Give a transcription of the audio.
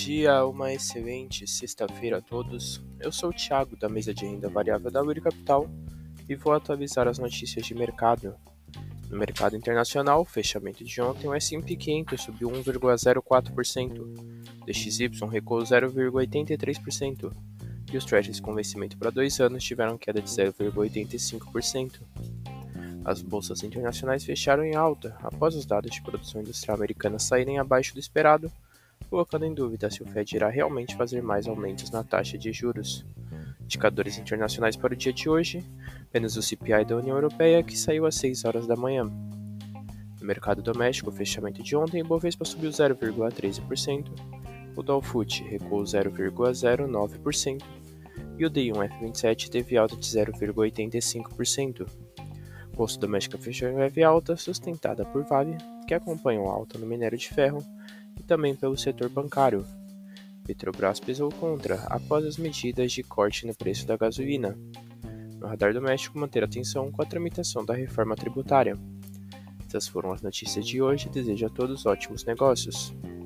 dia, uma excelente sexta-feira a todos. Eu sou o Thiago, da mesa de renda variável da Uri Capital, e vou atualizar as notícias de mercado. No mercado internacional, fechamento de ontem, o S&P 500 subiu 1,04%, DXY recuou 0,83%, e os Treasuries com vencimento para 2 anos tiveram queda de 0,85%. As bolsas internacionais fecharam em alta após os dados de produção industrial americana saírem abaixo do esperado, colocando em dúvida se o Fed irá realmente fazer mais aumentos na taxa de juros. Indicadores internacionais para o dia de hoje, apenas o CPI da União Europeia, que saiu às 6 horas da manhã. No mercado doméstico, o fechamento de ontem, o Bovespa subiu 0,13%, o Dow Food recuou 0,09% e o D1F27 teve alta de 0,85%. O Bolsa Doméstica fechou em leve alta, sustentada por Vale, que acompanhou a alta no minério de ferro, e também pelo setor bancário. Petrobras pesou contra após as medidas de corte no preço da gasolina. No radar doméstico, manter atenção com a tramitação da reforma tributária. Essas foram as notícias de hoje. Desejo a todos ótimos negócios.